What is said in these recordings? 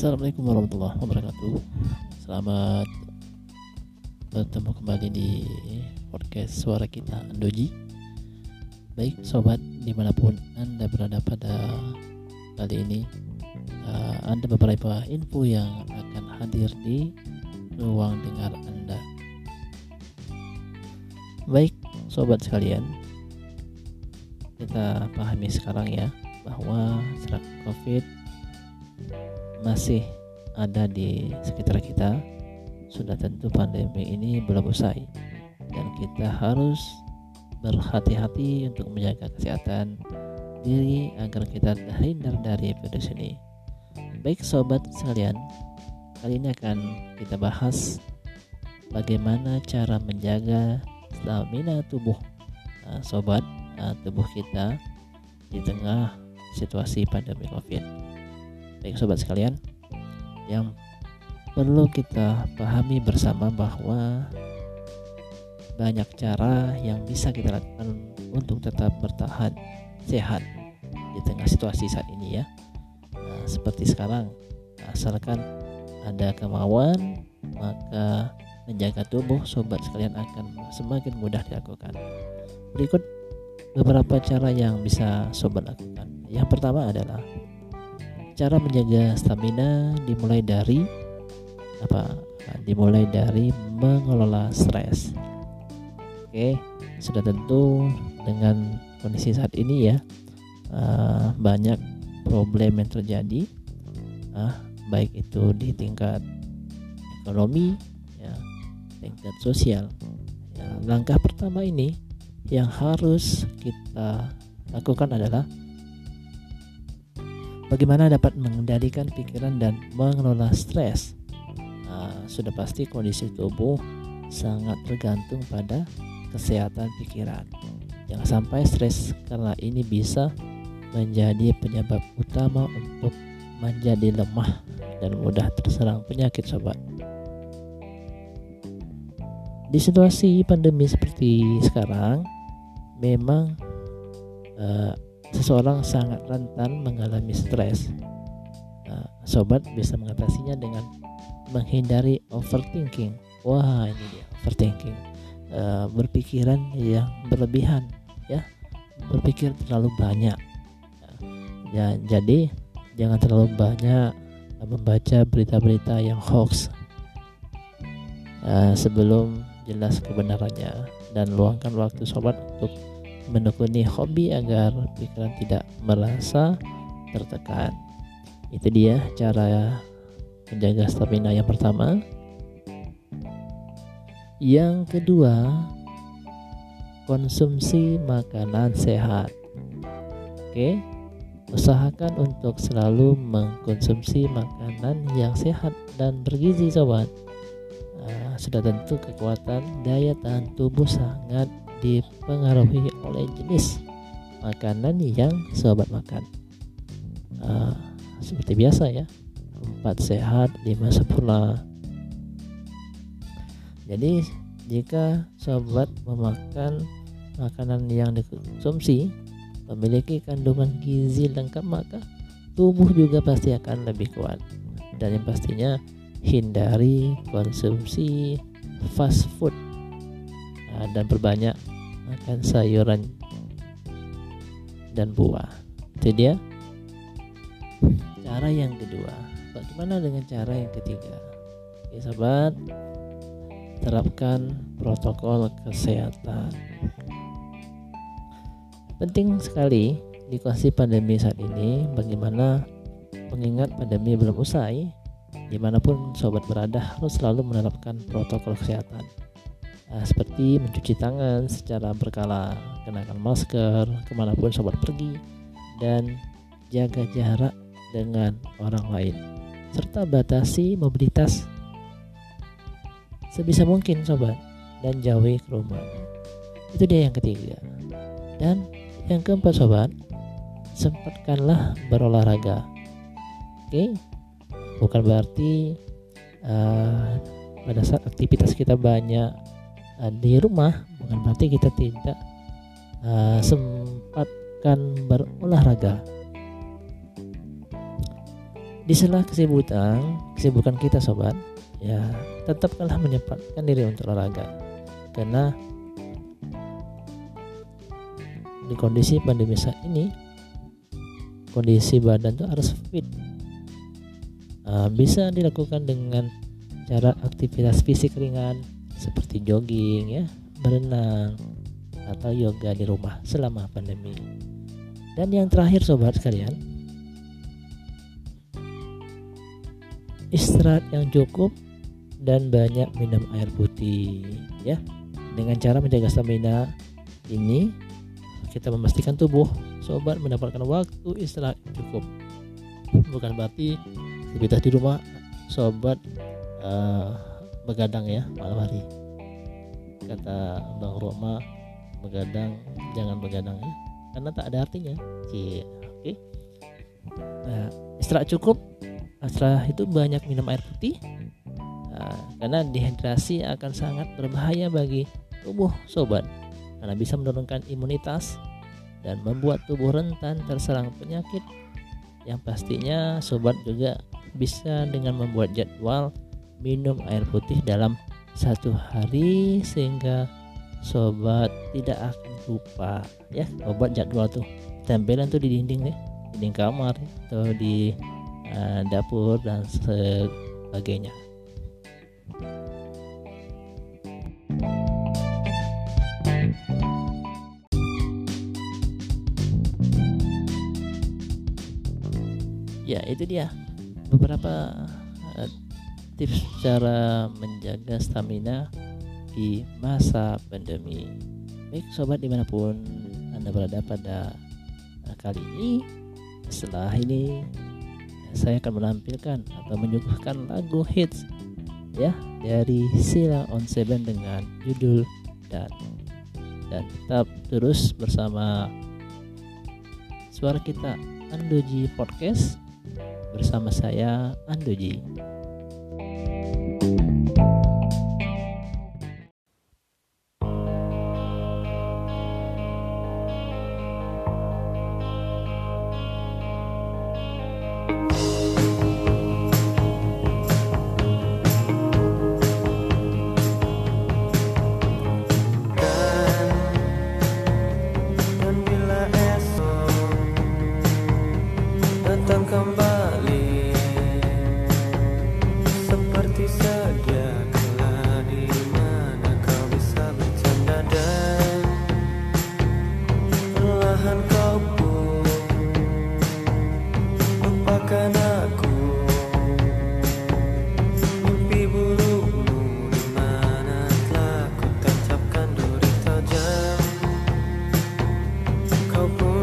Assalamualaikum warahmatullahi wabarakatuh. Selamat bertemu kembali di podcast suara kita Andoji. Baik sobat, dimanapun Anda berada pada kali ini, ada beberapa info yang akan hadir di ruang dengar Anda. Baik sobat sekalian, kita pahami sekarang ya bahwa serangan COVID masih ada di sekitar kita. Sudah tentu pandemi ini belum usai dan kita harus berhati-hati untuk menjaga kesehatan diri agar kita terhindar dari virus ini. Baik sobat sekalian, kali ini akan kita bahas bagaimana cara menjaga stamina tubuh tubuh kita di tengah situasi pandemi COVID. Baik sobat sekalian, yang perlu kita pahami bersama bahwa banyak cara yang bisa kita lakukan untuk tetap bertahan sehat di tengah situasi saat ini ya. Seperti sekarang, asalkan ada kemauan, maka menjaga tubuh sobat sekalian akan semakin mudah dilakukan. Berikut beberapa cara yang bisa sobat lakukan. Yang pertama adalah cara menjaga stamina dimulai dari mengelola stres. Oke, sudah tentu dengan kondisi saat ini ya, banyak problem yang terjadi, baik itu di tingkat ekonomi ya, tingkat sosial ya. Langkah pertama ini yang harus kita lakukan adalah bagaimana dapat mengendalikan pikiran dan mengelola stres. Sudah pasti kondisi tubuh sangat tergantung pada kesehatan pikiran. Jangan sampai stres, karena ini bisa menjadi penyebab utama untuk menjadi lemah dan mudah terserang penyakit sobat. Di situasi pandemi seperti sekarang, memang seseorang sangat rentan mengalami stres. Sobat bisa mengatasinya dengan menghindari overthinking. Wah, ini dia overthinking. Berpikiran yang berlebihan ya, berpikir terlalu banyak ya. Jadi jangan terlalu banyak membaca berita-berita yang hoax sebelum jelas kebenarannya, dan luangkan waktu sobat untuk menekuni hobi agar pikiran tidak merasa tertekan. Itu dia cara menjaga stamina yang pertama. Yang kedua, konsumsi makanan sehat. Oke, usahakan untuk selalu mengkonsumsi makanan yang sehat dan bergizi sobat. Sudah tentu kekuatan daya tahan tubuh sangat dipengaruhi oleh jenis makanan yang sobat makan. Seperti biasa ya, 4 sehat 5 sempurna. Jadi jika sobat memakan makanan yang dikonsumsi memiliki kandungan gizi lengkap, maka tubuh juga pasti akan lebih kuat. Dan yang pastinya hindari konsumsi fast food, dan perbanyak makan sayuran dan buah. Itu dia cara yang kedua. Bagaimana dengan cara yang ketiga? Oke sobat, terapkan protokol kesehatan. Penting sekali di kondisi pandemi saat ini, bagaimana mengingat pandemi belum usai. Dimanapun sobat berada harus selalu menerapkan protokol kesehatan, seperti mencuci tangan secara berkala, kenakan masker kemanapun sobat pergi, dan jaga jarak dengan orang lain, serta batasi mobilitas sebisa mungkin sobat, dan jauhi kerumunan. Itu dia yang ketiga. Dan yang keempat sobat, sempatkanlah berolahraga. Oke, bukan berarti pada saat aktivitas kita banyak di rumah, bukan berarti kita tidak sempatkan berolahraga. Di sela kesibukan kita sobat, ya tetaplah menyempatkan diri untuk olahraga, karena di kondisi pandemi saat ini kondisi badan tuh harus fit. Bisa dilakukan dengan cara aktivitas fisik ringan seperti jogging, ya, berenang, atau yoga di rumah selama pandemi. Dan yang terakhir sobat sekalian, istirahat yang cukup dan banyak minum air putih, ya. Dengan cara menjaga stamina ini, kita memastikan tubuh sobat mendapatkan waktu istirahat yang cukup. Bukan berarti aktivitas di rumah sobat begadang, ya, malam hari. Kata Bang Roma, begadang jangan begadang, ya, karena tak ada artinya. Oke. Istirahat cukup. Setelah itu banyak minum air putih, karena dehidrasi akan sangat berbahaya bagi tubuh sobat, karena bisa menurunkan imunitas dan membuat tubuh rentan terserang penyakit. Yang pastinya sobat juga bisa dengan membuat jadwal minum air putih dalam satu hari, sehingga sobat tidak akan lupa, ya. Buat jadwal tuh, tempelan tuh di dinding, ya, dinding kamar atau di dapur dan sebagainya. Ya, itu dia beberapa tips cara menjaga stamina di masa pandemi. Baik sobat, dimanapun Anda berada pada kali ini, setelah ini saya akan menampilkan atau menyuguhkan lagu hits, ya, dari Sheila on 7 dengan judul Dan tetap terus bersama suara kita Andoji Podcast bersama saya Andoji. Kembali seperti sedia kala, di mana kau bisa bercanda dan perlahan kau pun lupakan aku. Mimpi burukmu di mana telah ku tancapkan duri tajam, kau pun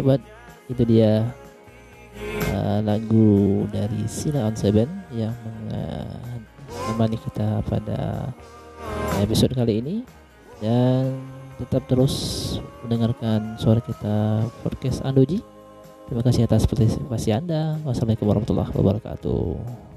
sobat, itu dia lagu dari Sheila on Seven yang menemani kita pada episode kali ini. Dan tetap terus mendengarkan suara kita podcast Andoji. Terima kasih atas partisipasi Anda. Wassalamualaikum warahmatullahi wabarakatuh.